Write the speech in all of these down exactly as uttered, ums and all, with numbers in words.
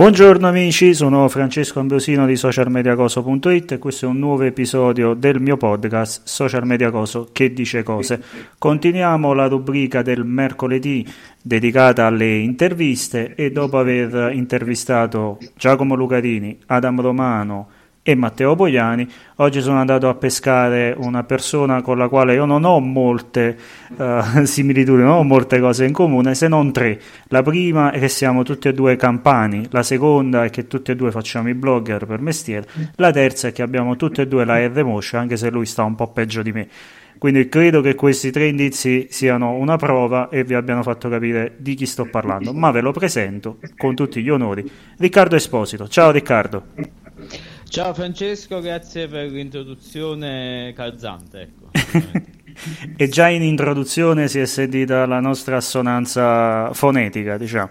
Buongiorno amici, sono Francesco Ambrosino di socialmediacoso punto it e questo è un nuovo episodio del mio podcast Social Media Coso che dice cose. Continuiamo la rubrica del mercoledì dedicata alle interviste e dopo aver intervistato Giacomo Lucarini, Adam Romano e Matteo Poiani, oggi sono andato a pescare una persona con la quale io non ho molte uh, similitudini, non ho molte cose in comune, se non tre. La prima è che siamo tutti e due campani, la seconda è che tutti e due facciamo i blogger per mestiere, la terza è che abbiamo tutti e due la R moscia, anche se lui sta un po' peggio di me. Quindi credo che questi tre indizi siano una prova e vi abbiano fatto capire di chi sto parlando, ma ve lo presento con tutti gli onori. Riccardo Esposito. Ciao Riccardo. Ciao Francesco, grazie per l'introduzione calzante, ecco. E già in introduzione si è sentita la nostra assonanza fonetica, diciamo.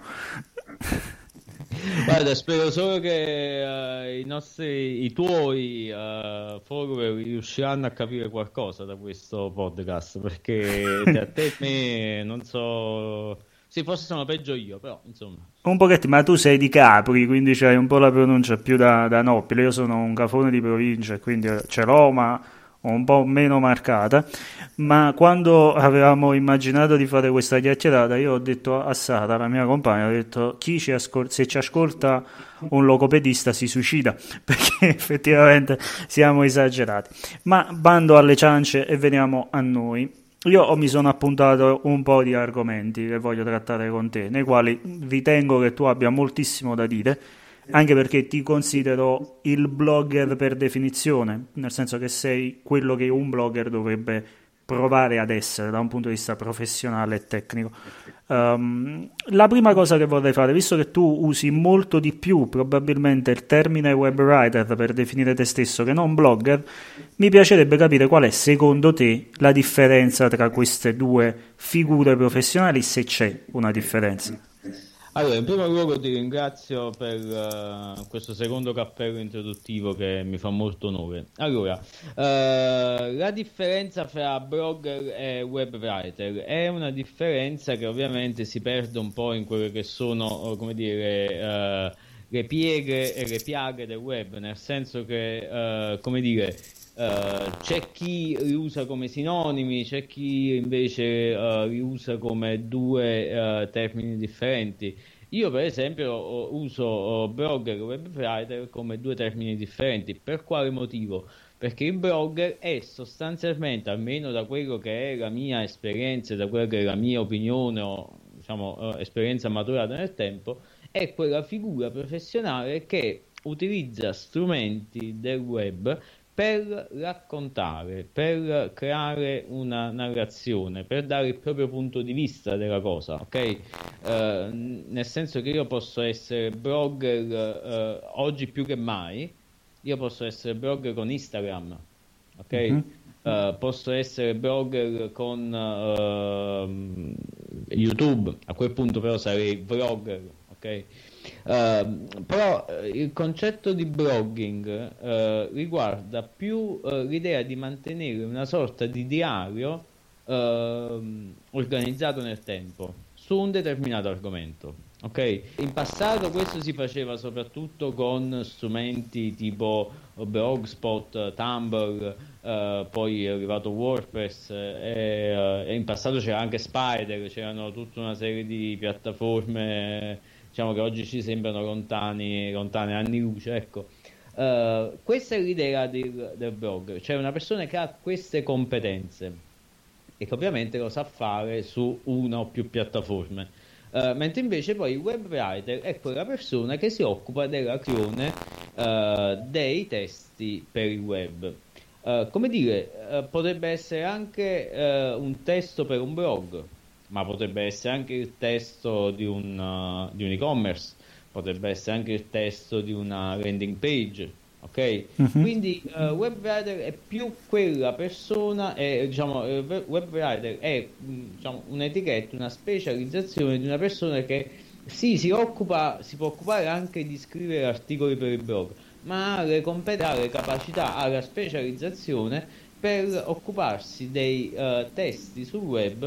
Guarda, spero solo che uh, i nostri, i tuoi uh, follower riusciranno a capire qualcosa da questo podcast, perché da te e me non so... Sì, forse sono peggio io, però insomma. Un pochettino, ma tu sei di Capri, quindi c'hai un po' la pronuncia più da, da nobile. Io sono un cafone di provincia, quindi ce l'ho, ma un po' meno marcata. Ma quando avevamo immaginato di fare questa chiacchierata, io ho detto a Sara, la mia compagna, ho detto chi ci ascol- se ci ascolta un logopedista si suicida, perché effettivamente siamo esagerati. Ma bando alle ciance e veniamo a noi. Io mi sono appuntato un po' di argomenti che voglio trattare con te, nei quali ritengo che tu abbia moltissimo da dire, anche perché ti considero il blogger per definizione, nel senso che sei quello che un blogger dovrebbe provare ad essere da un punto di vista professionale e tecnico. Um, la prima cosa che vorrei fare, visto che tu usi molto di più probabilmente il termine web writer per definire te stesso che non blogger, mi piacerebbe capire qual è secondo te la differenza tra queste due figure professionali, se c'è una differenza. Allora, in primo luogo ti ringrazio per uh, questo secondo cappello introduttivo che mi fa molto onore. Allora, uh, la differenza fra blogger e web writer è una differenza che ovviamente si perde un po' in quelle che sono, come dire, uh, le pieghe e le piaghe del web, nel senso che, uh, come dire, Uh, c'è chi li usa come sinonimi, c'è chi invece uh, li usa come due uh, termini differenti. Io per esempio uso uh, blogger e web writer come due termini differenti. Per quale motivo? Perché il blogger è sostanzialmente, almeno da quello che è la mia esperienza, da quella che è la mia opinione o diciamo uh, esperienza maturata nel tempo, è quella figura professionale che utilizza strumenti del web per raccontare, per creare una narrazione, per dare il proprio punto di vista della cosa, ok? Uh, nel senso che io posso essere blogger uh, oggi più che mai, io posso essere blogger con Instagram, ok? Mm-hmm. Uh, posso essere blogger con uh, YouTube, a quel punto però sarei vlogger, ok? Uh, però uh, il concetto di blogging uh, riguarda più uh, l'idea di mantenere una sorta di diario uh, organizzato nel tempo su un determinato argomento. Ok? In passato questo si faceva soprattutto con strumenti tipo Blogspot, Tumblr, uh, poi è arrivato WordPress e, uh, e in passato c'era anche Spider, c'erano tutta una serie di piattaforme diciamo che oggi ci sembrano lontani, lontani anni luce, ecco. Uh, questa è l'idea del, del blogger, cioè una persona che ha queste competenze e che ovviamente lo sa fare su una o più piattaforme. Uh, mentre invece poi il web writer è quella persona che si occupa della creazione uh, dei testi per il web. Uh, come dire, uh, potrebbe essere anche uh, un testo per un blog, ma potrebbe essere anche il testo di un, uh, di un e-commerce, potrebbe essere anche il testo di una landing page, ok? Uh-huh. Quindi uh, web writer è più quella persona, è, diciamo, il web writer è diciamo, un'etichetta, una specializzazione di una persona che sì, si occupa, si può occupare anche di scrivere articoli per il blog, ma ha le competenze, ha le capacità, ha la specializzazione per occuparsi dei uh, testi sul web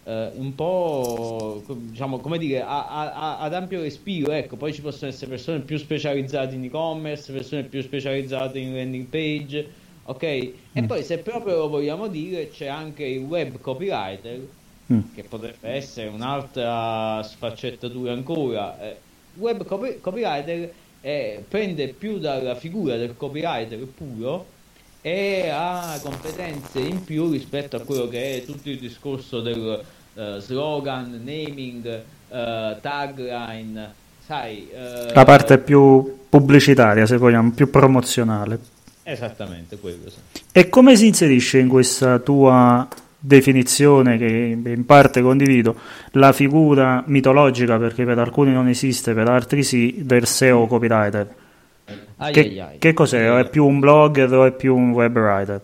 eh, un po', diciamo, come dire, a, a, ad ampio respiro, ecco. Poi ci possono essere persone più specializzate in e-commerce, persone più specializzate in landing page, ok? E Mm. poi, se proprio lo vogliamo dire, c'è anche il web copywriter, Mm. che potrebbe essere un'altra sfaccettatura ancora. Eh, web copy- copywriter eh, prende più dalla figura del copywriter puro e ha competenze in più rispetto a quello che è tutto il discorso del eh, slogan, naming, eh, tagline, sai, La eh, parte più pubblicitaria, se vogliamo, più promozionale. esattamente quello, sì. E come si inserisce in questa tua definizione, che in parte condivido, la figura mitologica, perché per alcuni non esiste, per altri sì, del S E O copywriter? Ai Che, ai ai. che cos'è? Allora. O è più un blogger o è più un web writer?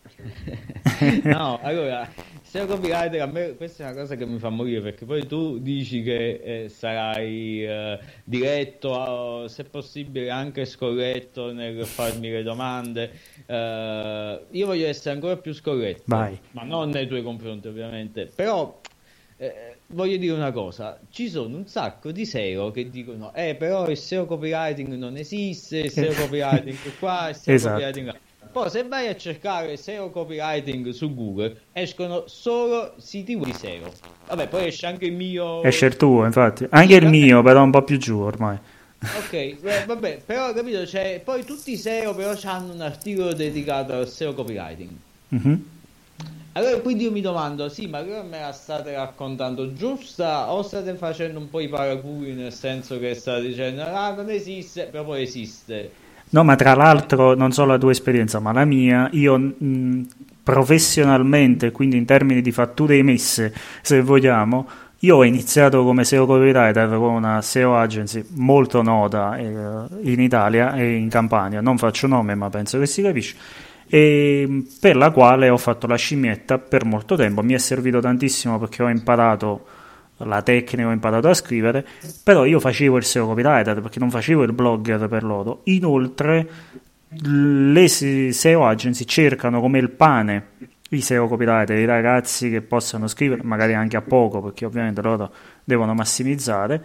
No, allora, se copywriter, a me questa è una cosa che mi fa morire, perché poi tu dici che eh, sarai eh, diretto, eh, se possibile anche scorretto nel farmi le domande. Eh, io voglio essere ancora più scorretto, Vai. ma non nei tuoi confronti ovviamente, però eh, voglio dire una cosa: ci sono un sacco di S E O che dicono eh però il S E O copywriting non esiste, il S E O copywriting qua, il S E O Esatto. copywriting là. Poi se vai a cercare S E O copywriting su Google escono solo siti web di S E O. Vabbè, poi esce anche il mio. Esce il tuo, infatti. Anche il mio, però un po' più giù ormai. Ok, eh, vabbè, però capito, cioè, poi tutti i S E O però hanno un articolo dedicato al S E O copywriting. Mhm. Allora quindi io mi domando, sì, ma allora me la state raccontando giusta o state facendo un po' i paraculi, nel senso che state dicendo ah non esiste, però poi esiste. No, ma tra l'altro, non solo la tua esperienza, ma la mia, io mh, professionalmente, quindi in termini di fatture emesse, se vogliamo, io ho iniziato come S E O copywriter con una S E O agency molto nota eh, in Italia e in Campania, non faccio nome, ma penso che si capisce, e per la quale ho fatto la scimmietta per molto tempo. Mi è servito tantissimo perché ho imparato la tecnica, ho imparato a scrivere, però io facevo il S E O copywriter perché non facevo il blogger per loro. Inoltre le S E O agency cercano come il pane i S E O copywriter, i ragazzi che possano scrivere magari anche a poco, perché ovviamente loro devono massimizzare,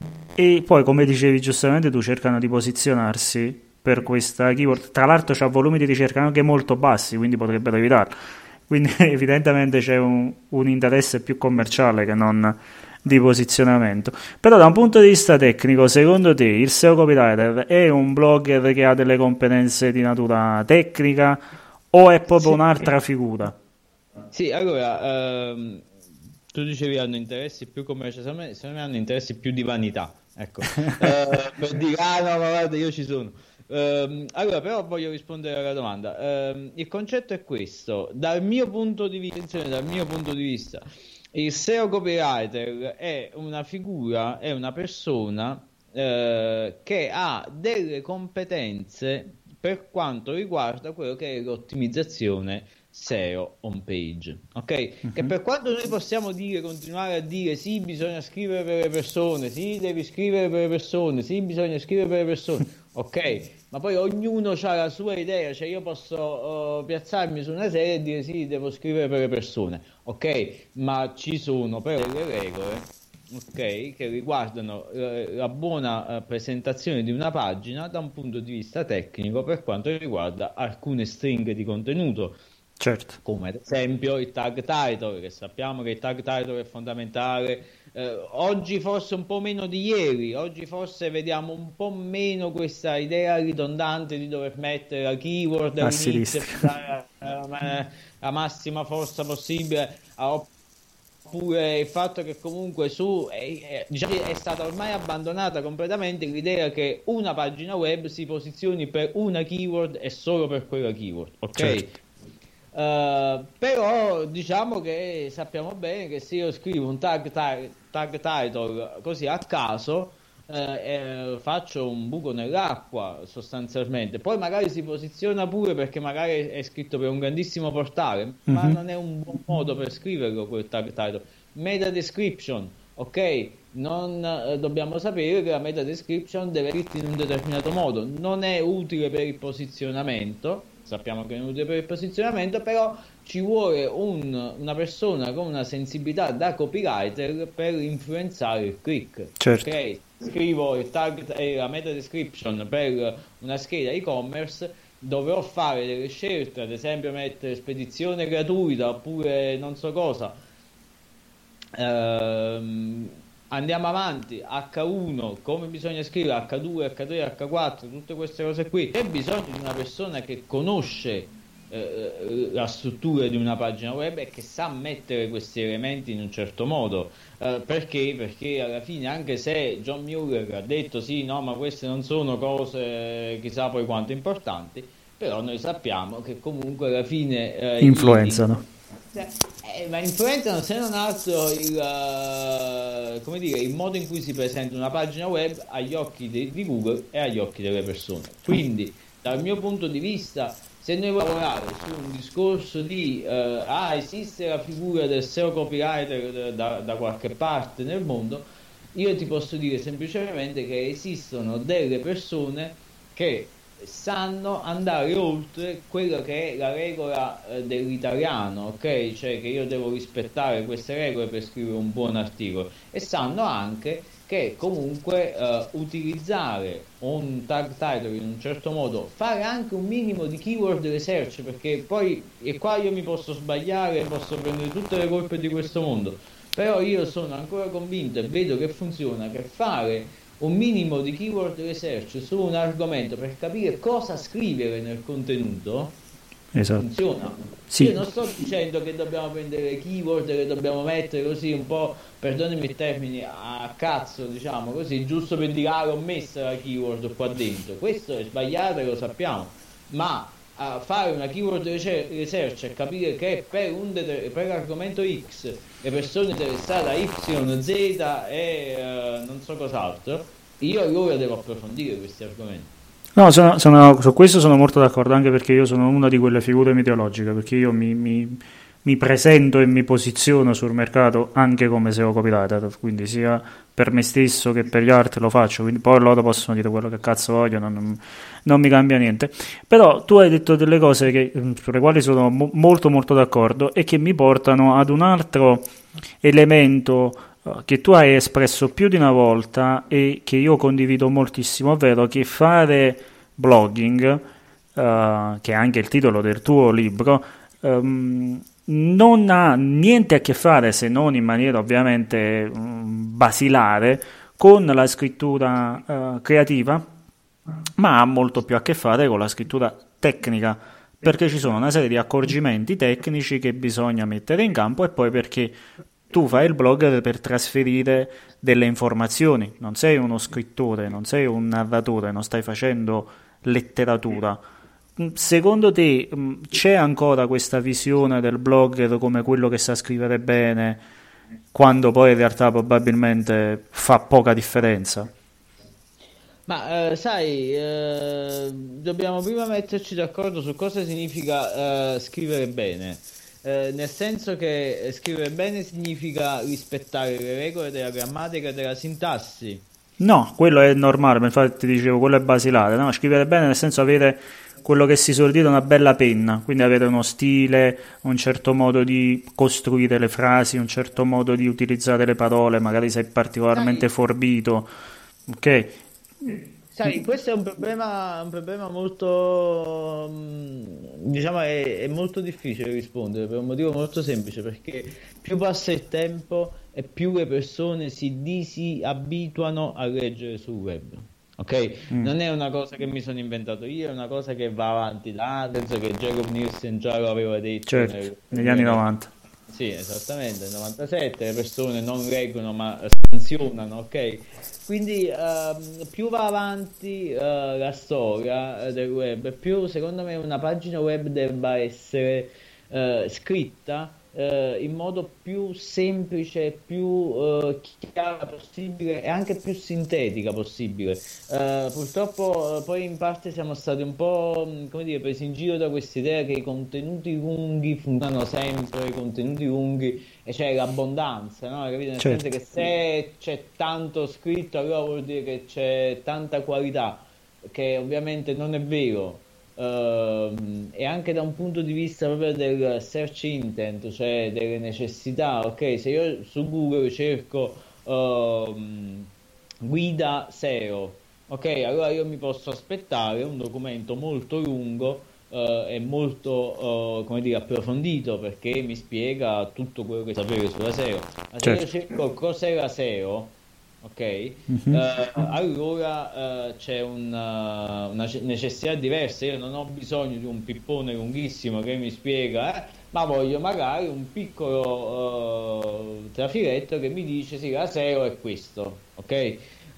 e poi, come dicevi giustamente tu, cercano di posizionarsi per questa keyword. Tra l'altro c'ha volumi di ricerca anche molto bassi, quindi potrebbero evitarlo. Quindi evidentemente c'è un, un interesse più commerciale che non di posizionamento. Però da un punto di vista tecnico, secondo te il S E O copywriter è un blogger che ha delle competenze di natura tecnica o è proprio Sì. un'altra figura? Sì, allora, ehm, tu dicevi hanno interessi più commerciali, secondo me, secondo me hanno interessi più di vanità, ecco. Eh, per dire, ah no, ma guarda, io ci sono. Ehm, allora, però voglio rispondere alla domanda. Ehm, il concetto è questo: dal mio punto di vista, dal mio punto di vista, il S E O copywriter è una figura, è una persona eh, che ha delle competenze per quanto riguarda quello che è l'ottimizzazione S E O home page, ok? Mhm. Che per quanto noi possiamo dire, continuare a dire sì, bisogna scrivere per le persone, sì, devi scrivere per le persone, sì, bisogna scrivere per le persone, ok? Ma poi ognuno ha la sua idea, cioè io posso uh, piazzarmi su una serie e dire sì, devo scrivere per le persone, ok? Ma ci sono però delle regole, ok, che riguardano eh, la buona eh, presentazione di una pagina da un punto di vista tecnico per quanto riguarda alcune stringhe di contenuto, Certo. come ad esempio il tag title, che sappiamo che il tag title è fondamentale. Eh, oggi forse un po' meno di ieri, oggi forse vediamo un po' meno questa idea ridondante di dover mettere la keyword A all'inizio sinistra. per dare eh, la massima forza possibile, a- oppure il fatto che comunque su è, è, diciamo, è stata ormai abbandonata completamente l'idea che una pagina web si posizioni per una keyword e solo per quella keyword, ok? Certo. Uh, però diciamo che sappiamo bene che se io scrivo un tag, tag, tag title così a caso eh, eh, faccio un buco nell'acqua sostanzialmente. Poi magari si posiziona pure perché magari è scritto per un grandissimo portale, ma Mhm. non è un buon modo per scriverlo quel tag title. Meta description, ok? Non eh, dobbiamo sapere che la meta description deve essere scritta in un determinato modo. Non è utile per il posizionamento, sappiamo che non è utile per il posizionamento, però ci vuole un- una persona con una sensibilità da copywriter per influenzare il click. Certo. Ok? Scrivo il target e la meta description per una scheda e-commerce, dovrò fare delle scelte, ad esempio mettere spedizione gratuita oppure non so cosa. Ehm, Andiamo avanti, acca uno, come bisogna scrivere acca due, acca tre, acca quattro, tutte queste cose qui. C'è bisogno di una persona che conosce eh, la struttura di una pagina web e che sa mettere questi elementi in un certo modo. Eh, perché? Perché alla fine, anche se John Mueller ha detto sì, no, ma queste non sono cose chissà poi quanto importanti, però noi sappiamo che comunque alla fine eh, Influenzano. eh, ma influenzano se non altro il, eh, come dire, il modo in cui si presenta una pagina web agli occhi de- di Google e agli occhi delle persone. Quindi, dal mio punto di vista, se noi vogliamo lavorare su un discorso di eh, ah, esiste la figura del S E O copywriter da, da qualche parte nel mondo, io ti posso dire semplicemente che esistono delle persone che sanno andare oltre quella che è la regola eh, dell'italiano, ok? Cioè che io devo rispettare queste regole per scrivere un buon articolo, e sanno anche che comunque eh, utilizzare un tag title in un certo modo, fare anche un minimo di keyword research, perché poi, e qua io mi posso sbagliare, posso prendere tutte le colpe di questo mondo, però io sono ancora convinto e vedo che funziona, che fare un minimo di keyword research su un argomento per capire cosa scrivere nel contenuto Esatto. funziona. Sì. Io non sto dicendo che dobbiamo prendere le keyword, che dobbiamo mettere così un po', perdonami i termini, a cazzo, diciamo così, giusto per dire ah, l'ho messa la keyword qua dentro. Questo è sbagliato e lo sappiamo, ma a fare una keyword research e capire che per, un det- per l'argomento X le persone interessate a Y, Z e eh, non so cos'altro, io allora devo approfondire questi argomenti. No, sono, sono- su questo sono molto d'accordo, anche perché io sono una di quelle figure mitologiche, perché io mi, mi- mi presento e mi posiziono sul mercato anche come S E O copywriter, quindi sia per me stesso che per gli altri lo faccio, quindi poi loro possono dire quello che cazzo vogliono, non, non mi cambia niente. Però tu hai detto delle cose che, sulle quali sono mo- molto molto d'accordo e che mi portano ad un altro elemento eh, che tu hai espresso più di una volta e che io condivido moltissimo, ovvero che fare blogging, eh, che è anche il titolo del tuo libro, ehm, non ha niente a che fare, se non in maniera ovviamente mm, basilare, con la scrittura eh, creativa, ma ha molto più a che fare con la scrittura tecnica, perché ci sono una serie di accorgimenti tecnici che bisogna mettere in campo, e poi perché tu fai il blogger per trasferire delle informazioni, non sei uno scrittore, non sei un narratore, non stai facendo letteratura. Secondo te mh, c'è ancora questa visione del blogger come quello che sa scrivere bene, quando poi in realtà probabilmente fa poca differenza? Ma eh, sai, eh, dobbiamo prima metterci d'accordo su cosa significa eh, scrivere bene. Eh, nel senso che eh, scrivere bene significa rispettare le regole della grammatica e della sintassi. No, quello è normale, ma infatti ti dicevo, quello è basilare, no? Scrivere bene nel senso avere quello che si suol dire una bella penna, quindi avere uno stile, un certo modo di costruire le frasi, un certo modo di utilizzare le parole, magari sei particolarmente Sai, forbito, ok? Sai, questo è un problema, un problema molto, mm, diciamo, è, è molto difficile rispondere per un motivo molto semplice, perché più passa il tempo e più le persone si disabituano a leggere sul web. Ok? Mm, Non è una cosa che mi sono inventato io, è una cosa che va avanti da, penso che Jacob Nielsen già lo aveva detto certo, nel negli anni novanta. sì, esattamente, nel novantasette le persone non leggono ma sanzionano, ok? Quindi ehm, più va avanti eh, la storia eh, del web, più secondo me una pagina web debba essere eh, scritta eh, in modo più semplice, più eh, chiara possibile e anche più sintetica possibile. Eh, purtroppo eh, poi in parte siamo stati un po', mh, come dire, presi in giro da quest'idea che i contenuti lunghi funzionano sempre, i contenuti lunghi, e c'è l'abbondanza, no? Capito? Nel senso Certo, che se c'è tanto scritto allora vuol dire che c'è tanta qualità, che ovviamente non è vero. Ehm, e anche da un punto di vista proprio del search intent, cioè delle necessità, ok, se io su Google cerco ehm, guida S E O, ok, allora io mi posso aspettare un documento molto lungo eh, e molto, eh, come dire, approfondito, perché mi spiega tutto quello che sapere sulla S E O. Ma se io certo. cerco cos'è la S E O, ok, eh, Mhm. allora eh, c'è un, eh, una ce- necessità diversa. Io non ho bisogno di un pippone lunghissimo che mi spiega, eh, ma voglio magari un piccolo eh, trafiletto che mi dice sì, la S E O è questo, ok? Eh,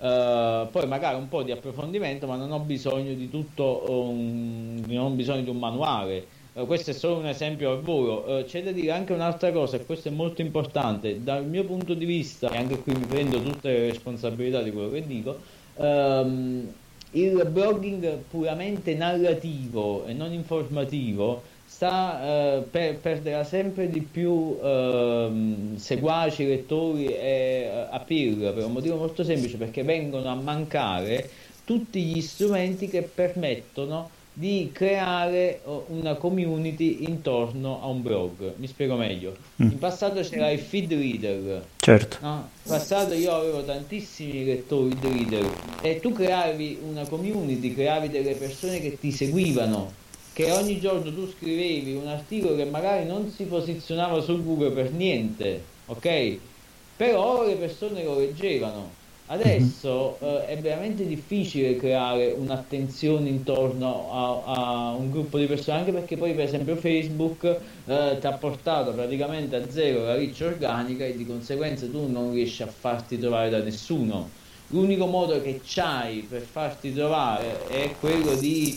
poi magari un po' di approfondimento, ma non ho bisogno di tutto, un- non ho bisogno di un manuale. Eh, questo è solo un esempio al volo. Eh, c'è da dire anche un'altra cosa, e questo è molto importante. Dal mio punto di vista, e anche qui mi prendo tutte le responsabilità di quello che dico, ehm, il blogging puramente narrativo e non informativo sta eh, per perdere sempre di più ehm, seguaci, lettori e eh, appeal, per un motivo molto semplice, perché vengono a mancare tutti gli strumenti che permettono di creare oh, una community intorno a un blog. Mi spiego meglio. Mm, In passato c'era il feed reader, certo. no? In passato io avevo tantissimi lettori di reader e tu creavi una community, creavi delle persone che ti seguivano, che ogni giorno tu scrivevi un articolo che magari non si posizionava su Google per niente, ok? Però le persone lo leggevano. Mhm. Adesso eh, è veramente difficile creare un'attenzione intorno a, a un gruppo di persone, anche perché poi per esempio Facebook eh, ti ha portato praticamente a zero la reach organica e di conseguenza tu non riesci a farti trovare da nessuno. L'unico modo che c'hai per farti trovare è quello di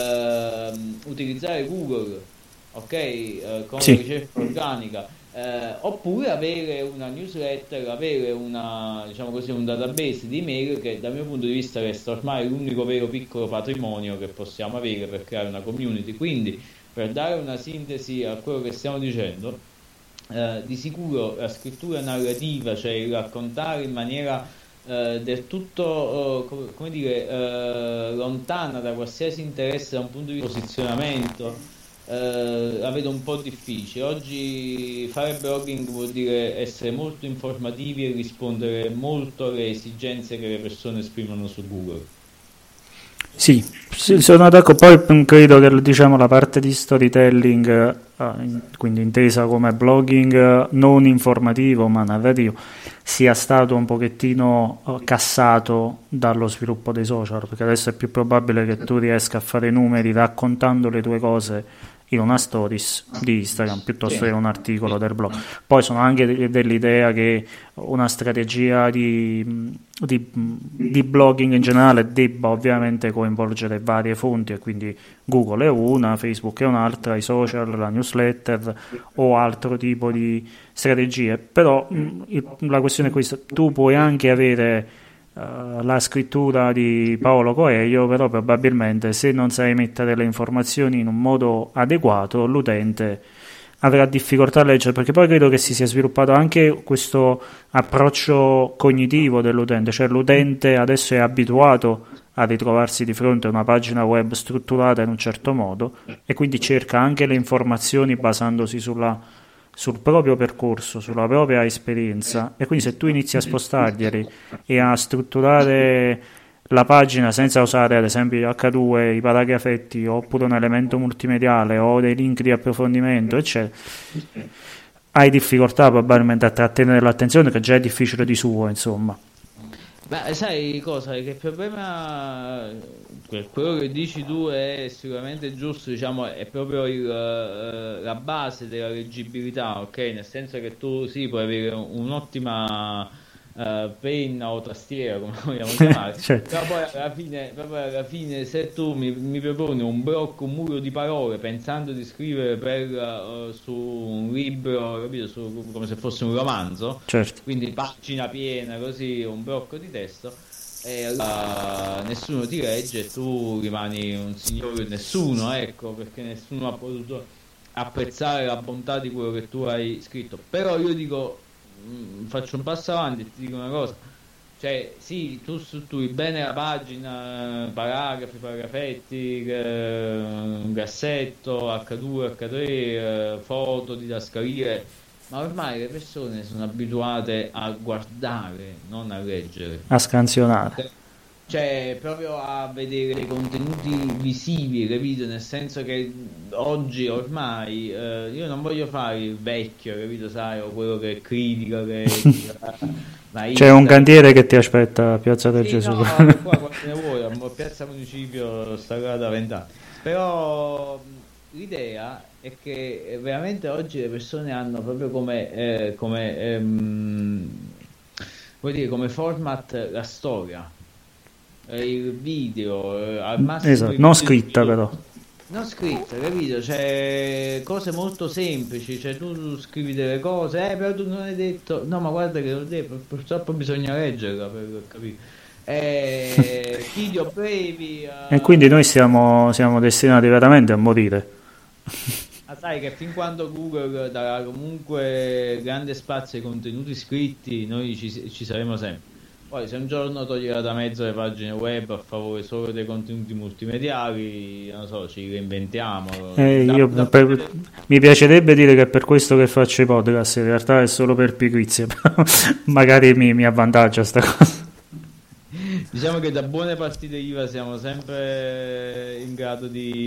ehm, utilizzare Google, ok? Eh, con la Sì, ricerca organica, eh, oppure avere una newsletter, avere una, diciamo così, un database di email che dal mio punto di vista resta ormai l'unico vero piccolo patrimonio che possiamo avere per creare una community. Quindi, per dare una sintesi a quello che stiamo dicendo, eh, di sicuro la scrittura narrativa, cioè il raccontare in maniera eh, del tutto, eh, come, come dire, eh, lontana da qualsiasi interesse da un punto di posizionamento, eh, la vedo un po' difficile. Oggi fare blogging vuol dire essere molto informativi e rispondere molto alle esigenze che le persone esprimono su Google. sì, sì, sono d'accordo. Poi mm, credo che diciamo, la parte di storytelling, eh, in- quindi intesa come blogging eh, non informativo ma narrativo, sia stato un pochettino eh, cassato dallo sviluppo dei social, perché adesso è più probabile che tu riesca a fare numeri raccontando le tue cose in una stories di Instagram piuttosto Sì, che in un articolo sì. del blog. Poi sono anche de- dell'idea che una strategia di, di, di blogging in generale debba ovviamente coinvolgere varie fonti, e quindi Google è una, Facebook è un'altra, i social, la newsletter o altro tipo di strategie. Però mh, il- la questione è questa: tu puoi anche avere eh, la scrittura di Paolo Coelho, però probabilmente se non sai mettere le informazioni in un modo adeguato, l'utente avrà difficoltà a leggere, perché poi credo che si sia sviluppato anche questo approccio cognitivo dell'utente, cioè l'utente adesso è abituato a ritrovarsi di fronte a una pagina web strutturata in un certo modo e quindi cerca anche le informazioni basandosi sulla, sul proprio percorso, sulla propria esperienza, e quindi se tu inizi a spostarglieli e a strutturare la pagina senza usare ad esempio gli acca due, i paragrafetti oppure un elemento multimediale o dei link di approfondimento eccetera, hai difficoltà probabilmente a trattenere l'attenzione, che già è difficile di suo, insomma. Beh, sai cosa? Che il problema, que- quello che dici tu è sicuramente giusto, diciamo, è proprio il, eh, la base della leggibilità, ok? Nel senso che tu sì, puoi avere un'ottima uh, penna o tastiera, come vogliamo chiamare. Certo. Però poi alla fine, proprio alla fine se tu mi, mi proponi un blocco, un muro di parole pensando di scrivere per, uh, su un libro, capito? Su, come se fosse un romanzo, Certo. quindi pagina piena così, un blocco di testo, e allora nessuno ti legge e tu rimani un signore nessuno, ecco, perché nessuno ha potuto apprezzare la bontà di quello che tu hai scritto. Però io dico, mh, faccio un passo avanti e ti dico una cosa, cioè sì, tu strutturi bene la pagina, paragrafi, paragrafetti, eh, un gassetto acca due, acca tre, eh, foto, didascalie, ma ormai le persone sono abituate a guardare, non a leggere. A scansionare. Cioè, proprio a vedere dei contenuti visivi, capito? Nel senso che oggi ormai eh, io non voglio fare il vecchio, capito? Sai, o quello che critica, che ma C'è un Insta- cantiere che ti aspetta a Piazza del sì, Gesù. no, qua quando ne vuoi, a Piazza Municipio sta là da vent'anni. Però mh, l'idea è che veramente oggi le persone hanno proprio come, eh, come, ehm, vuol dire, come format la storia, eh, il video, eh, al massimo Esatto, il non video scritta di- però. non scritta, capito? Cioè, cose molto semplici, cioè tu scrivi delle cose, eh, però tu non hai detto, no, ma guarda che lo devo, purtroppo bisogna leggerla per capire. Eh, video brevi, E quindi eh, noi siamo, siamo destinati veramente a morire. ah, sai che fin quando Google darà comunque grande spazio ai contenuti scritti, noi ci, ci saremo sempre. Poi se un giorno toglierà da mezzo le pagine web a favore solo dei contenuti multimediali, non so, ci reinventiamo. E Da- io da- per- mi piacerebbe dire che è per questo che faccio i podcast, in realtà è solo per pigrizia, però magari mi, mi avvantaggia sta cosa. Diciamo che da buone partite I V A siamo sempre in grado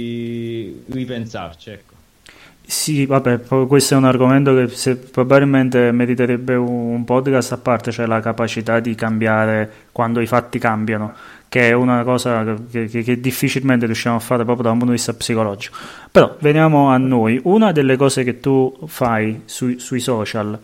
di ripensarci, ecco. Sì, vabbè, poi questo è un argomento che se- probabilmente meriterebbe un podcast a parte, cioè la capacità di cambiare quando i fatti cambiano, che è una cosa che, che- che difficilmente riusciamo a fare proprio da un punto di vista psicologico. Però veniamo a noi. Una delle cose che tu fai sui, sui social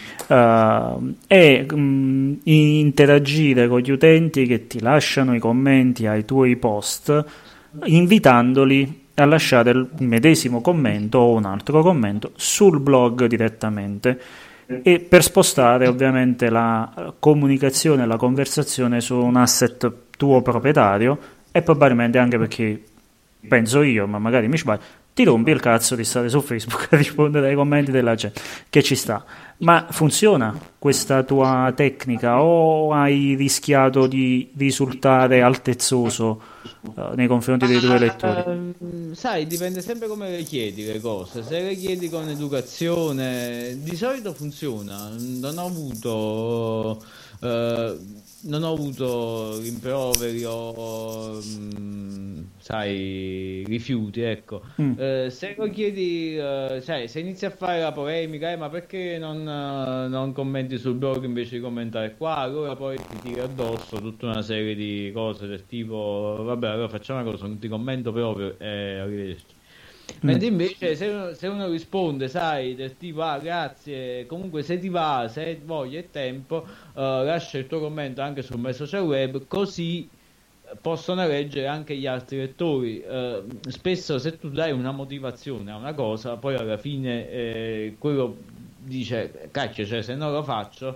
eh, è mh, interagire con gli utenti che ti lasciano i commenti ai tuoi post, invitandoli a lasciare il medesimo commento o un altro commento sul blog direttamente e per spostare ovviamente la comunicazione e la conversazione su un asset tuo proprietario e probabilmente anche perché penso io, ma magari mi sbaglio, ti rompi il cazzo di stare su Facebook a rispondere ai commenti della gente, che ci sta. Ma funziona questa tua tecnica o hai rischiato di risultare altezzoso eh, nei confronti dei tuoi lettori? Ehm, sai, dipende sempre come le chiedi le cose. Se le chiedi con educazione, di solito funziona. Non ho avuto, eh, non ho avuto rimproveri o, mm, sai, rifiuti, ecco. Mm. Eh, se lo chiedi, eh, sai, se inizi a fare la polemica, eh, ma perché non, eh, non commenti sul blog invece di commentare qua? Allora poi ti tira addosso tutta una serie di cose del tipo, vabbè, allora facciamo una cosa, non ti commento proprio e arrivederci. Mentre invece se uno, se uno risponde, sai, del tipo, ah, grazie, comunque se ti va, se hai voglia e tempo, eh, lascia il tuo commento anche sul mio social web, così possono leggere anche gli altri lettori. Eh, spesso se tu dai una motivazione a una cosa, poi alla fine eh, quello dice, cacchio, cioè se non lo faccio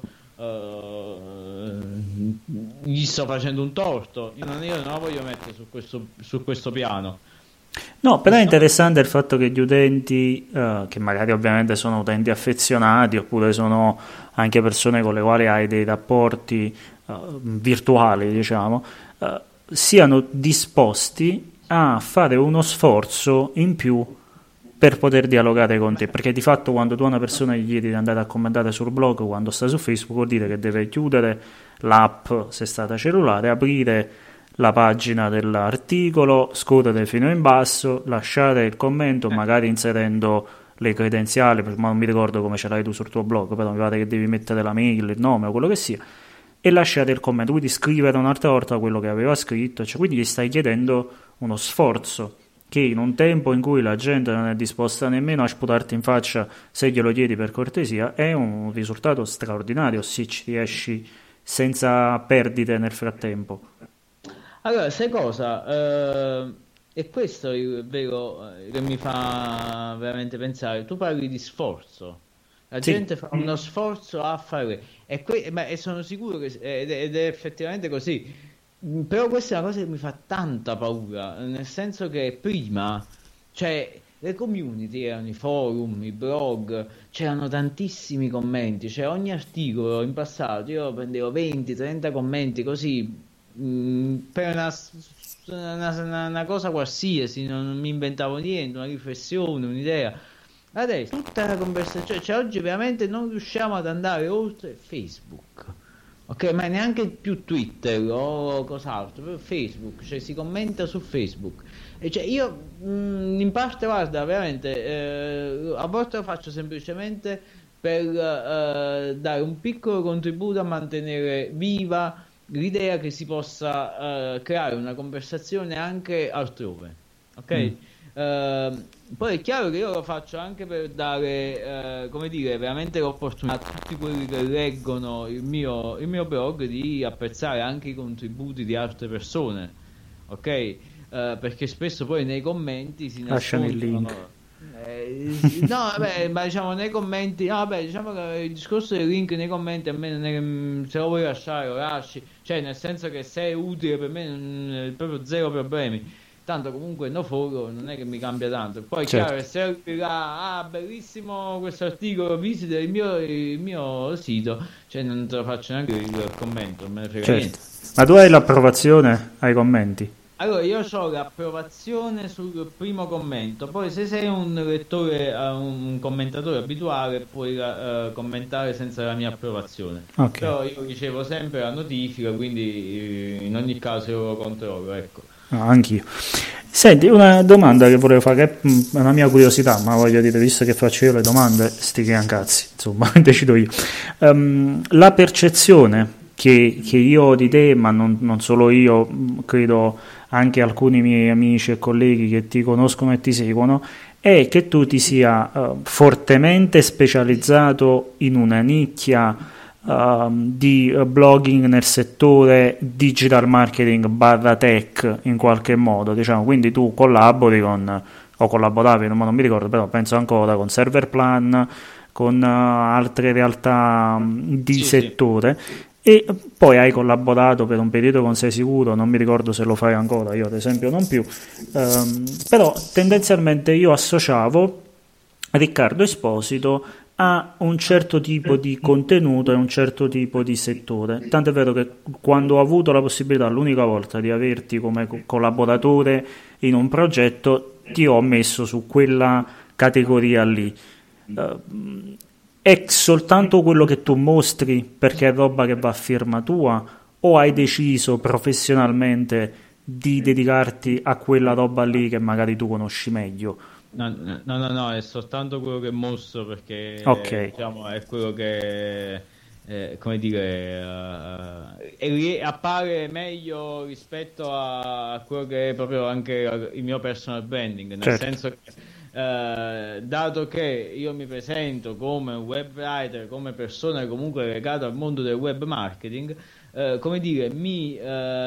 eh, gli sto facendo un torto, io non, io non la voglio mettere su questo, su questo piano. No, però è interessante il fatto che gli utenti, eh, che magari ovviamente sono utenti affezionati oppure sono anche persone con le quali hai dei rapporti eh, virtuali, diciamo, eh, siano disposti a fare uno sforzo in più per poter dialogare con te, perché di fatto quando tu a una persona gli chiedi di andare a commentare sul blog quando sta su Facebook vuol dire che deve chiudere l'app se sta da cellulare, aprire la pagina dell'articolo, scorrere fino in basso, lasciare il commento, magari inserendo le credenziali, ma non mi ricordo come ce l'hai tu sul tuo blog, però mi pare che devi mettere la mail, il nome o quello che sia, e lasciare il commento, quindi scrivere un'altra volta quello che aveva scritto, cioè, quindi gli stai chiedendo uno sforzo che in un tempo in cui la gente non è disposta nemmeno a sputarti in faccia se glielo chiedi per cortesia, è un risultato straordinario se ci riesci senza perdite nel frattempo. Allora, sai cosa? Eh, è questo il vero eh, che mi fa veramente pensare. Tu parli di sforzo. La Sì, gente fa uno sforzo a fare, e, que- ma- e sono sicuro che ed è, ed è effettivamente così. Mm, Però questa è una cosa che mi fa tanta paura, nel senso che prima, cioè, le community erano i forum, i blog, c'erano tantissimi commenti, cioè ogni articolo in passato io prendevo venti trenta commenti così, mm, per una, s- una- una- una cosa qualsiasi, non, non mi inventavo niente, una riflessione, un'idea. Adesso tutta la conversazione, cioè oggi veramente non riusciamo ad andare oltre Facebook, ok? Ma neanche più Twitter o cos'altro, proprio Facebook, cioè si commenta su Facebook. E cioè io mh, in parte, guarda, veramente, eh, a volte lo faccio semplicemente per eh, dare un piccolo contributo a mantenere viva l'idea che si possa eh, creare una conversazione anche altrove, ok? mm, Eh, Poi è chiaro che io lo faccio anche per dare, eh, come dire, veramente l'opportunità a tutti quelli che leggono il mio, il mio blog di apprezzare anche i contributi di altre persone, ok? Eh, perché spesso poi nei commenti si lasciami il link. nascondono. eh, sì, no, vabbè, ma diciamo nei commenti, no, vabbè, diciamo che il discorso del link nei commenti a me non è che mm, se lo vuoi lasciare lo lasci, cioè nel senso che se è utile per me non, proprio zero problemi. Tanto comunque no follow non è che mi cambia tanto. Poi è chiaro Certo. che se dirà, ah, bellissimo questo articolo, visita il mio, il mio sito, cioè non te lo faccio neanche il commento, non me ne frega Certo. niente. Ma tu hai l'approvazione ai commenti? Allora, io ho l'approvazione sul primo commento, poi se sei un lettore, eh, un commentatore abituale, puoi eh, commentare senza la mia approvazione. Ok. Però io ricevo sempre la notifica, quindi eh, in ogni caso io lo controllo, ecco. No, anch'io. Senti, una domanda che volevo fare, che è una mia curiosità, ma voglio dire, visto che faccio io le domande, sti gran cazzi, insomma, decido io. Ehm, la percezione che, che io ho di te, ma non, non solo io, mh, credo anche alcuni miei amici e colleghi che ti conoscono e ti seguono, è che tu ti sia eh, fortemente specializzato in una nicchia ehm, di eh, blogging nel settore digital marketing barra tech in qualche modo, diciamo, quindi tu collabori con, o collaboravi, non, non mi ricordo, però penso ancora con Serverplan, con eh, altre realtà mh, di Sì, sì. settore. E poi hai collaborato per un periodo con Sei Sicuro, non mi ricordo se lo fai ancora, io ad esempio non più. Ehm, però tendenzialmente io associavo Riccardo Esposito a un certo tipo di contenuto e un certo tipo di settore. Tanto è vero che quando ho avuto la possibilità, l'unica volta di averti come co- collaboratore in un progetto, ti ho messo su quella categoria lì. Eh, è soltanto quello che tu mostri perché è roba che va a firma tua, o hai deciso professionalmente di dedicarti a quella roba lì che magari tu conosci meglio? No, no, no, no, no, è soltanto quello che mostro perché Ok, diciamo è quello che eh, come dire eh, e ri- appare meglio rispetto a, a quello che è proprio anche il mio personal branding, nel certo. senso che eh, dato che io mi presento come un web writer, come persona comunque legata al mondo del web marketing, eh, come dire, mi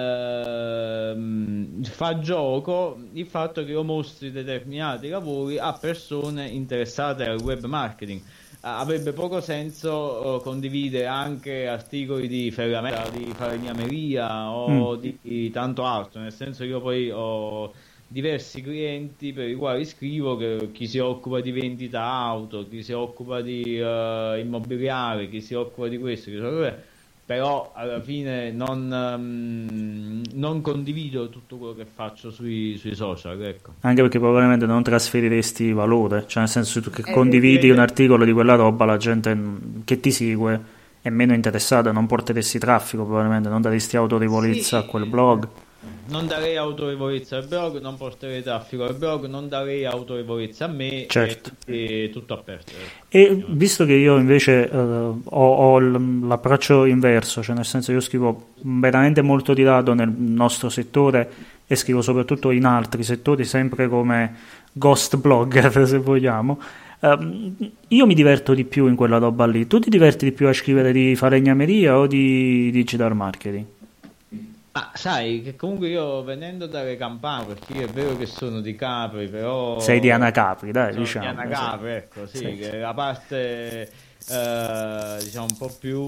ehm, fa gioco il fatto che io mostri determinati lavori a persone interessate al web marketing. Ah, avrebbe poco senso eh, condividere anche articoli di Ferramenta, di Falegnameria Mm, o di, di tanto altro, nel senso che io poi ho diversi clienti per i quali scrivo, che chi si occupa di vendita auto, chi si occupa di eh, immobiliare, chi si occupa di questo, chi si occupa di- però alla fine non, ehm, non condivido tutto quello che faccio sui, sui social, ecco. anche perché probabilmente non trasferiresti valore, cioè nel senso tu che Eh, condividi un dipende. articolo di quella roba, la gente mm, che ti segue è meno interessata, non porteresti traffico probabilmente, non daresti autorevolezza a quel Sì, blog. non darei autorevolezza al blog, non porterei traffico al blog, non darei autorevolezza a me, e, Certo. e tutto aperto, E ecco. visto che io invece eh, ho, ho l- l'approccio inverso, cioè nel senso io scrivo veramente molto di lato nel nostro settore e scrivo soprattutto in altri settori, sempre come ghost blogger se vogliamo, eh, Um, io mi diverto di più in quella roba lì. Tu ti diverti di più a scrivere di falegnameria o di digital marketing? Ma sai che comunque io venendo dalle campane, perché io è vero che sono di Capri, però sei di Anacapri, dai, sono diciamo. di Anacapri, ecco, sì, sì, che è la parte eh, diciamo un po' più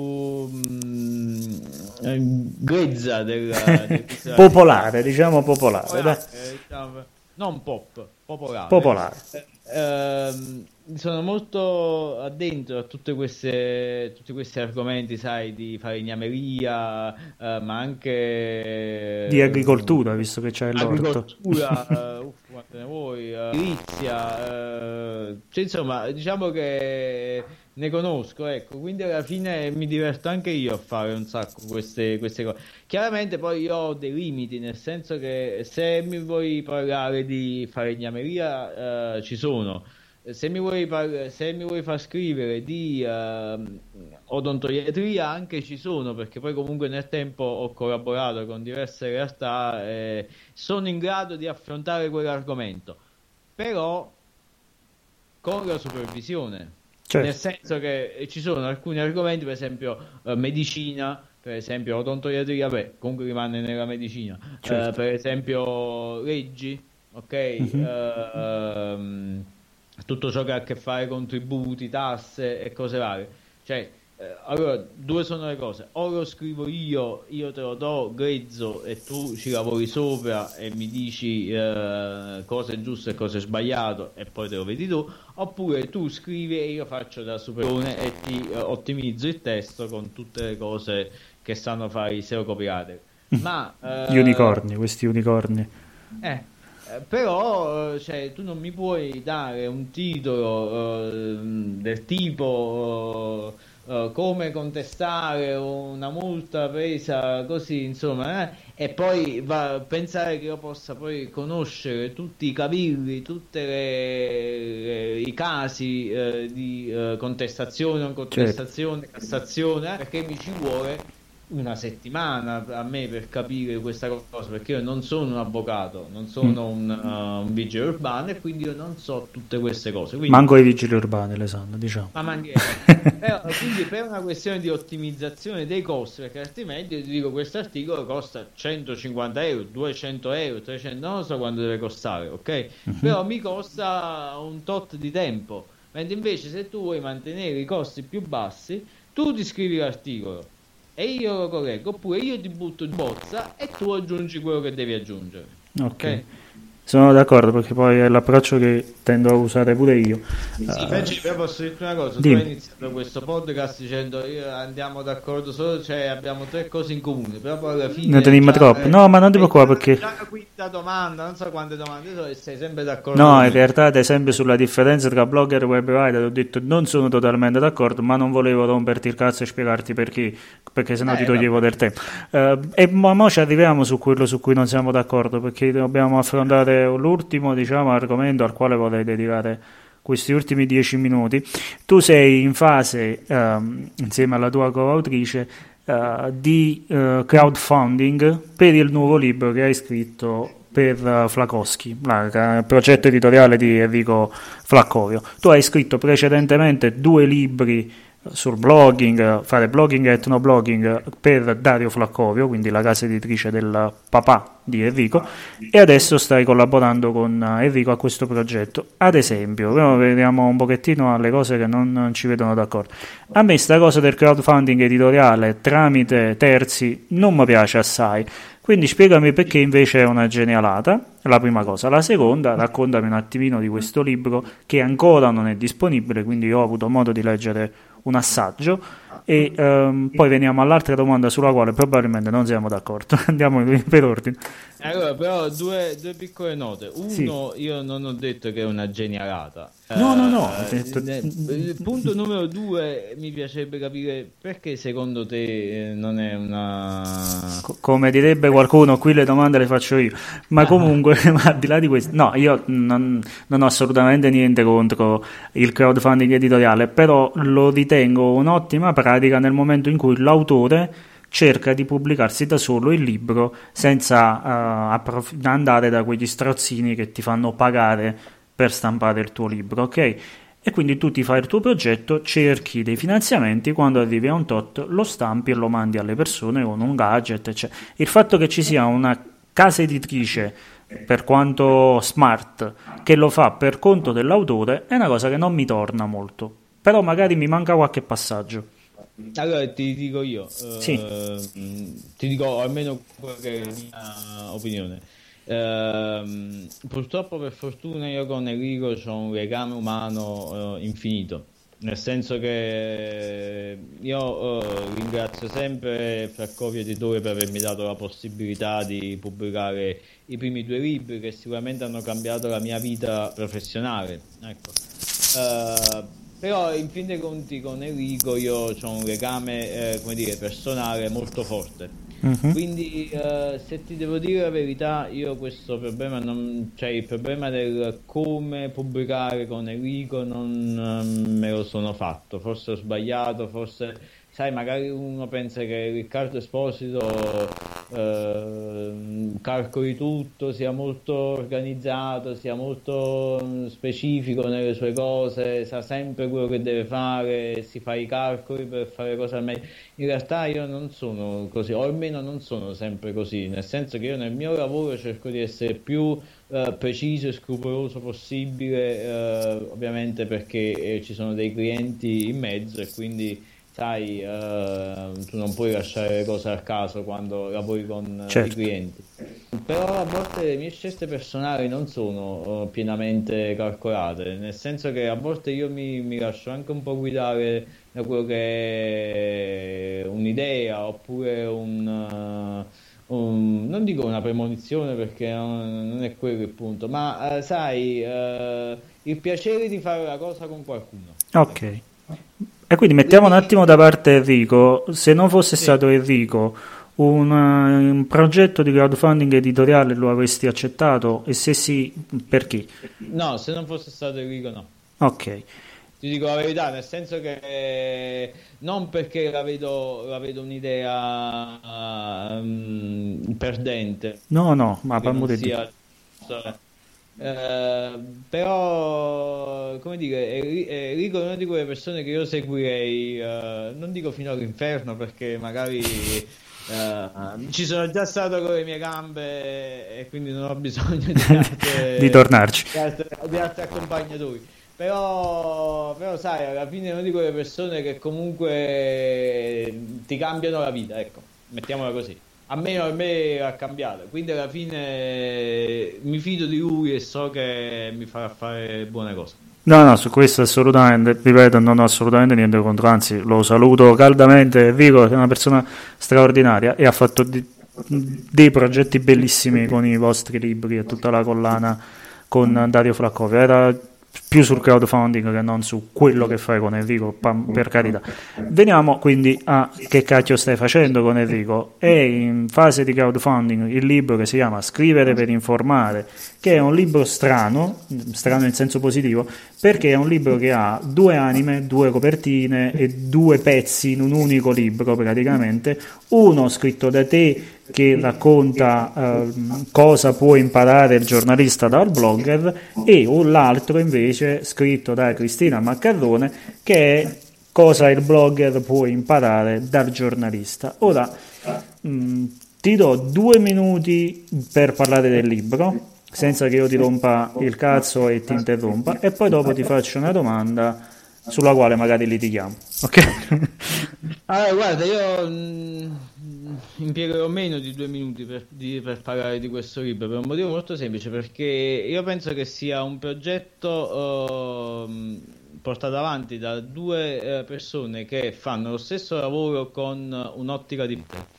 mh, grezza del, del popolare, diciamo popolare, popolare, diciamo, non pop, popolare. Popolare. Eh, sono molto addentro a tutte queste, tutti questi argomenti, sai, di falegnameria, eh, ma anche di agricoltura, visto che c'è l'orto. Agricoltura, uh, uff, quante ne vuoi, uh, edilizia, uh, cioè, insomma, diciamo che ne conosco, ecco, quindi alla fine mi diverto anche io a fare un sacco queste, queste cose. Chiaramente poi io ho dei limiti, nel senso che se mi vuoi parlare di falegnameria, uh, ci sono. Se mi vuoi, par- se mi vuoi far scrivere di uh, odontoiatria, anche ci sono, perché poi comunque nel tempo ho collaborato con diverse realtà e sono in grado di affrontare quell'argomento, però con la supervisione. Certo. Nel senso che ci sono alcuni argomenti, per esempio uh, medicina, per esempio odontoiatria, beh, comunque rimane nella medicina, certo. uh, per esempio leggi, ok? Mm-hmm. Uh, um, tutto ciò che ha a che fare con tributi, tasse e cose varie. Cioè, eh, allora, due sono le cose: o lo scrivo io, io te lo do grezzo e tu ci lavori sopra e mi dici eh, cosa è giusto e cosa è sbagliato e poi te lo vedi tu, oppure tu scrivi e io faccio da superone e ti eh, ottimizzo il testo con tutte le cose che sanno fare i S E O copywriter. Ma gli eh, unicorni, questi unicorni. Eh però cioè, tu non mi puoi dare un titolo uh, del tipo uh, uh, come contestare una multa presa così, insomma, eh, e poi va, pensare che io possa poi conoscere tutti i cavilli, tutti i casi uh, di uh, contestazione, non contestazione, certo. Cassazione, eh, perché mi ci vuole una settimana a me per capire questa cosa, perché io non sono un avvocato, non sono mm. un, uh, un vigile urbano e quindi io non so tutte queste cose. Quindi, manco i vigili urbani le sanno, diciamo. Ma manche, però, quindi per una questione di ottimizzazione dei costi, perché altrimenti io ti dico questo articolo costa centocinquanta euro, duecento euro, trecento, non so quanto deve costare, ok? Mm-hmm. Però mi costa un tot di tempo, mentre invece se tu vuoi mantenere i costi più bassi, tu ti scrivi l'articolo e io lo correggo, oppure io ti butto in bozza e tu aggiungi quello che devi aggiungere. Ok, okay? Sono d'accordo, perché poi è l'approccio che tendo a usare pure io. Sì, sì, invece però posso dirti una cosa: dimmi. Tu hai iniziato questo podcast dicendo io andiamo d'accordo solo, cioè abbiamo tre cose in comune, però poi alla fine ne teniamo troppo. No, ma non ti preoccupare, perché già la quinta domanda, non so quante domande sono, e sei sempre d'accordo. No, in realtà ad esempio sulla differenza tra blogger e web writer ho detto non sono totalmente d'accordo, ma non volevo romperti il cazzo e spiegarti perché, perché sennò eh, ti toglievo vabbè. del tempo. Uh, e mo, mo ci arriviamo su quello su cui non siamo d'accordo, perché dobbiamo affrontare l'ultimo, diciamo, argomento al quale vorrei dedicare questi ultimi dieci minuti. Tu sei in fase, um, insieme alla tua coautrice, uh, di uh, crowdfunding per il nuovo libro che hai scritto per uh, Flakowski, il progetto editoriale di Enrico Flaccovio. Tu hai scritto precedentemente due libri sul blogging, fare blogging e etnoblogging per Dario Flaccovio, quindi la casa editrice del papà di Enrico, e adesso stai collaborando con Enrico a questo progetto. Ad esempio, vediamo un pochettino alle cose che non, non ci vedono d'accordo. A me sta cosa del crowdfunding editoriale tramite terzi non mi piace assai, quindi spiegami perché invece è una genialata, la prima cosa. La seconda, raccontami un attimino di questo libro che ancora non è disponibile, quindi io ho avuto modo di leggere un assaggio e um, poi veniamo all'altra domanda sulla quale probabilmente non siamo d'accordo. Andiamo per ordine. Allora, però due, due piccole note. Uno, sì. Io non ho detto che è una genialata. No, no, no. Eh, detto... eh, punto numero due, mi piacerebbe capire perché secondo te non è una... Co- come direbbe qualcuno, qui le domande le faccio io. Ma comunque, ma al di là di questo, no, io non, non ho assolutamente niente contro il crowdfunding editoriale, però lo ritengo un'ottima pratica nel momento in cui l'autore cerca di pubblicarsi da solo il libro senza uh, approf- andare da quegli strozzini che ti fanno pagare per stampare il tuo libro, ok? E quindi tu ti fai il tuo progetto, cerchi dei finanziamenti, quando arrivi a un tot lo stampi e lo mandi alle persone con un gadget, eccetera. Il fatto che ci sia una casa editrice, per quanto smart, che lo fa per conto dell'autore è una cosa che non mi torna molto, però magari mi manca qualche passaggio. Allora ti dico io, Sì. eh, ti dico almeno quella che è la mia opinione. Ehm, purtroppo per fortuna io con Enrico ho un legame umano eh, infinito, nel senso che io eh, ringrazio sempre Fraccovi Editore per avermi dato la possibilità di pubblicare i primi due libri che sicuramente hanno cambiato la mia vita professionale. Ecco. Eh, però in fin dei conti con Enrico io ho un legame eh, come dire, personale molto forte. Mhm. Quindi eh, se ti devo dire la verità, io questo problema non, cioè il problema del come pubblicare con Enrico non eh, me lo sono fatto. Forse ho sbagliato, forse sai, magari uno pensa che Riccardo Esposito eh, calcoli tutto, sia molto organizzato, sia molto mm, specifico nelle sue cose, sa sempre quello che deve fare, si fa i calcoli per fare cose al meglio. In realtà io non sono così, o almeno non sono sempre così, nel senso che io nel mio lavoro cerco di essere più eh, preciso e scrupoloso possibile, eh, ovviamente perché eh, ci sono dei clienti in mezzo e quindi sai, eh, tu non puoi lasciare le cose al caso quando lavori con eh, i Certo. clienti. Però a volte le mie scelte personali non sono eh, pienamente calcolate, nel senso che a volte io mi, mi lascio anche un po' guidare da quello che è un'idea oppure un, eh, un- non dico una premonizione perché non, non è quello il punto, ma eh, sai, eh, il piacere di fare la cosa con qualcuno. Ok. Ecco. E quindi mettiamo un Quindi attimo da parte Enrico. Se non fosse sì. stato Enrico, un, eh, un progetto di crowdfunding editoriale lo avresti accettato? E se sì, perché? No, se non fosse stato Enrico, no. Ok. Ti dico la verità, nel senso che eh, non perché la vedo, la vedo un'idea ehm, perdente, No, no, ma che per non amore di Dio. sia. Eh, però, come dire, Enri- Enrico è una di quelle persone che io seguirei, eh, non dico fino all'inferno perché magari eh, ci sono già stato con le mie gambe e quindi non ho bisogno di Di altre, tornarci. di altre, di altri accompagnatori. Però, però, sai, alla fine è una di quelle persone che comunque ti cambiano la vita, ecco, mettiamola così. Almeno a me ha cambiato, quindi alla fine mi fido di lui e so che mi farà fare buone cose. No, no, su questo assolutamente, ripeto, non ho assolutamente niente contro, anzi lo saluto caldamente. Enrico è una persona straordinaria e ha fatto di- dei progetti bellissimi con i vostri libri e tutta la collana con Dario Flaccovio. Era più sul crowdfunding che non su quello che fai con Enrico, pa- per carità. Veniamo quindi a che cacchio stai facendo con Enrico. È in fase di crowdfunding il libro che si chiama Scrivere per informare, che è un libro strano, strano in senso positivo, perché è un libro che ha due anime, due copertine e due pezzi in un unico libro praticamente, uno scritto da te che racconta eh, cosa può imparare il giornalista dal blogger e l'altro invece scritto da Cristina Maccarrone che è cosa il blogger può imparare dal giornalista. Ora mh, ti do due minuti per parlare del libro senza che io ti rompa il cazzo e ti interrompa e poi dopo ti faccio una domanda sulla quale magari litighiamo, ok? Allora, guarda, io mm, impiegherò meno di due minuti per, di- per parlare di questo libro per un motivo molto semplice, perché io penso che sia un progetto ehm, portato avanti da due eh, persone che fanno lo stesso lavoro con un'ottica differente.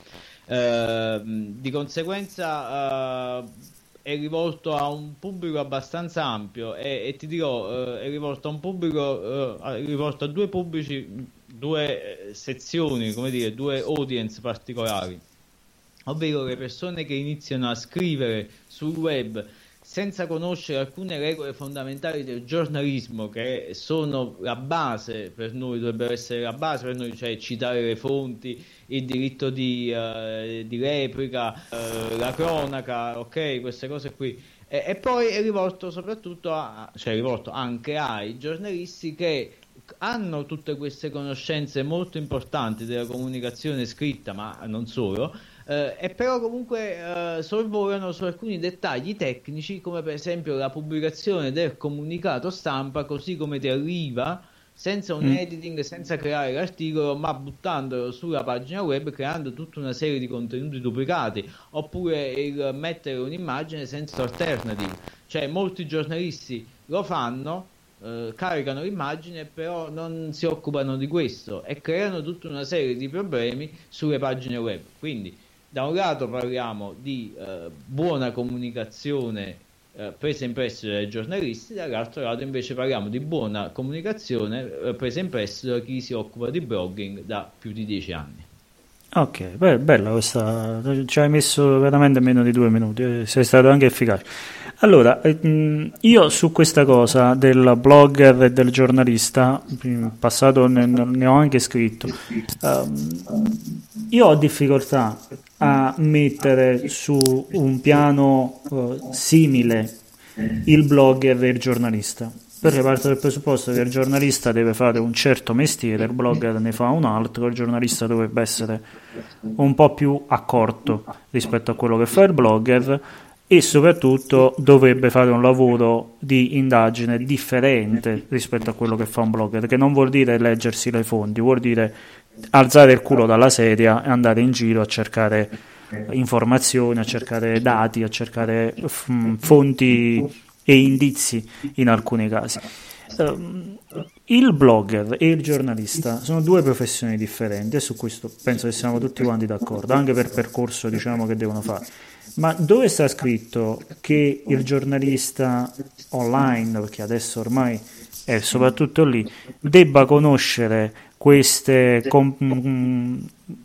Ehm, di conseguenza, eh, è rivolto a un pubblico abbastanza ampio e, e ti dirò, eh, è rivolto a un pubblico, eh, è rivolto a due pubblici, due eh, sezioni, come dire, due audience particolari, ovvero le persone che iniziano a scrivere sul web senza conoscere alcune regole fondamentali del giornalismo che sono la base per noi, dovrebbero essere la base per noi, cioè citare le fonti, il diritto di, eh, di replica, eh, la cronaca, ok, queste cose qui. E, e poi è rivolto soprattutto a, cioè è rivolto anche ai giornalisti che hanno tutte queste conoscenze molto importanti della comunicazione scritta, ma non solo, eh, e però comunque eh, sorvolano su alcuni dettagli tecnici, come per esempio la pubblicazione del comunicato stampa così come ti arriva, senza un Mm. editing, senza creare l'articolo, ma buttandolo sulla pagina web, creando tutta una serie di contenuti duplicati, oppure il mettere un'immagine senza alternative. Cioè molti giornalisti lo fanno, eh, caricano l'immagine, però non si occupano di questo e creano tutta una serie di problemi sulle pagine web. Quindi da un lato parliamo di eh, buona comunicazione eh, presa in prestito dai giornalisti, dall'altro lato invece parliamo di buona comunicazione eh, presa in prestito da chi si occupa di blogging da più di dieci anni. Ok, beh, bella questa, ci hai messo veramente meno di due minuti, eh, sei stato anche efficace. Allora, ehm, io su questa cosa del blogger e del giornalista, in passato ne, ne ho anche scritto, ehm, io ho difficoltà a mettere su un piano eh, simile il blogger e il giornalista, perché parte dal presupposto che il giornalista deve fare un certo mestiere, il blogger ne fa un altro, il giornalista dovrebbe essere un po' più accorto rispetto a quello che fa il blogger e soprattutto dovrebbe fare un lavoro di indagine differente rispetto a quello che fa un blogger, che non vuol dire leggersi le fonti, vuol dire alzare il culo dalla sedia e andare in giro a cercare informazioni, a cercare dati, a cercare f- fonti e indizi in alcuni casi. Um, il blogger e il giornalista sono due professioni differenti e su questo penso che siamo tutti quanti d'accordo, anche per percorso diciamo che devono fare. Ma dove sta scritto che il giornalista online, perché adesso ormai è soprattutto lì, debba conoscere queste com-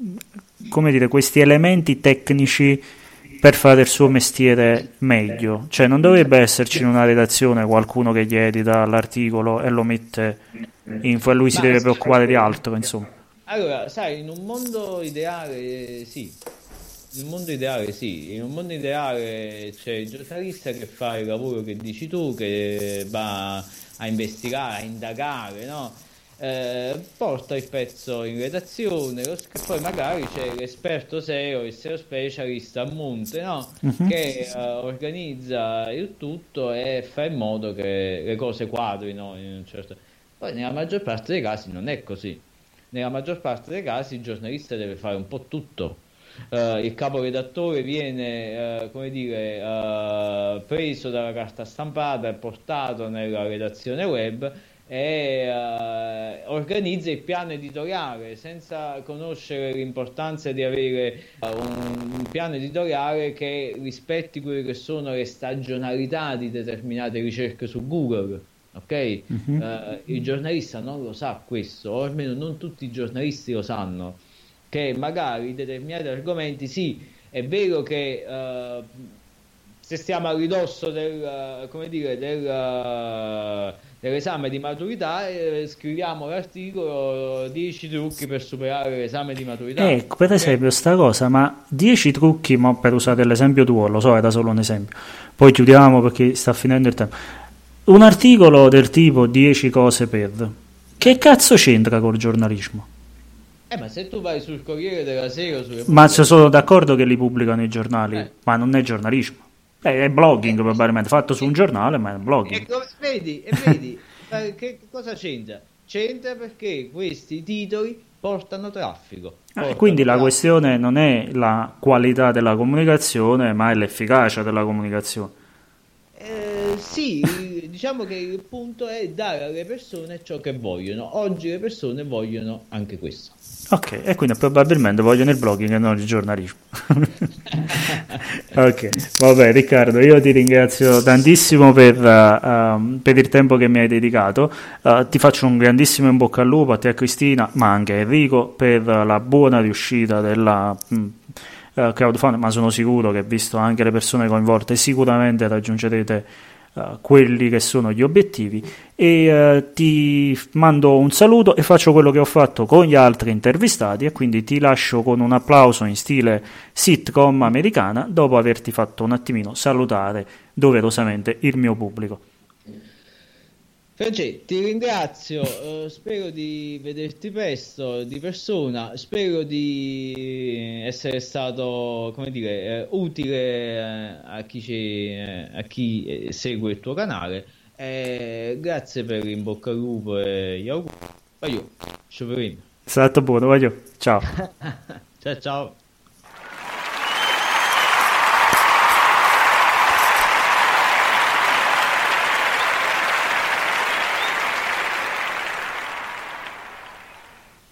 come dire, questi elementi tecnici per fare il suo mestiere meglio? Cioè non dovrebbe esserci in una redazione qualcuno che gli edita l'articolo e lo mette in e lui si Ma deve preoccupare di altro, insomma. allora, sai, in un mondo ideale sì, in un mondo ideale sì, in un mondo ideale c'è il giornalista che fa il lavoro che dici tu, che va a investigare, a indagare, no? Eh, porta il pezzo in redazione, lo sc- poi magari c'è l'esperto S E O, il S E O specialist a monte, no? Mhm. Che eh, organizza il tutto e fa in modo che le cose quadrino in un certo... Poi nella maggior parte dei casi non è così. Nella maggior parte dei casi il giornalista deve fare un po' tutto. Eh, il caporedattore viene, eh, come dire, eh, preso dalla carta stampata e portato nella redazione web e eh, organizza il piano editoriale senza conoscere l'importanza di avere eh, un, un piano editoriale che rispetti quelle che sono le stagionalità di determinate ricerche su Google. Ok? Mhm. Eh, il giornalista non lo sa questo, o almeno non tutti i giornalisti lo sanno, che magari determinati argomenti, sì, è vero che eh, se stiamo a ridosso del, eh, come dire, del, eh, dell'esame di maturità, eh, scriviamo l'articolo dieci trucchi per superare l'esame di maturità. Ecco, per Ok? esempio, sta cosa, ma dieci trucchi, mo, per usare l'esempio tuo, lo so, era solo un esempio, poi chiudiamo perché sta finendo il tempo. Un articolo del tipo dieci cose per... Che cazzo c'entra col giornalismo? Eh, ma se tu vai sul Corriere della Sera o sulle Ma ci sono pubblicazioni, d'accordo che li pubblicano i giornali, eh, ma non è giornalismo. Eh, è blogging eh, probabilmente, fatto su un giornale, ma è E blogging. come- vedi, e vedi, eh, che cosa c'entra? C'entra perché questi titoli portano traffico, Eh, quindi portano la traffico. questione non è la qualità della comunicazione, ma è l'efficacia della comunicazione. Eh, sì, diciamo che il punto è dare alle persone ciò che vogliono. Oggi le persone vogliono anche questo. Ok, e quindi probabilmente vogliono il blogging e non il giornalismo. Ok, vabbè Riccardo, io ti ringrazio tantissimo per, uh, um, per il tempo che mi hai dedicato. Uh, ti faccio un grandissimo in bocca al lupo a te e a Cristina, ma anche a Enrico, per la buona riuscita della mh, uh, crowdfunding, ma sono sicuro che visto anche le persone coinvolte sicuramente raggiungerete uh, quelli che sono gli obiettivi, e uh, ti mando un saluto e faccio quello che ho fatto con gli altri intervistati, e quindi ti lascio con un applauso in stile sitcom americana dopo averti fatto un attimino salutare doverosamente il mio pubblico. Francesco, ti ringrazio, eh, spero di vederti presto di persona, spero di essere stato, come dire, eh, utile eh, a chi, ci, eh, a chi eh, segue il tuo canale. Eh, grazie per in bocca al lupo e gli auguri. Voglio, È stato buono, voglio. Ciao. ciao ciao.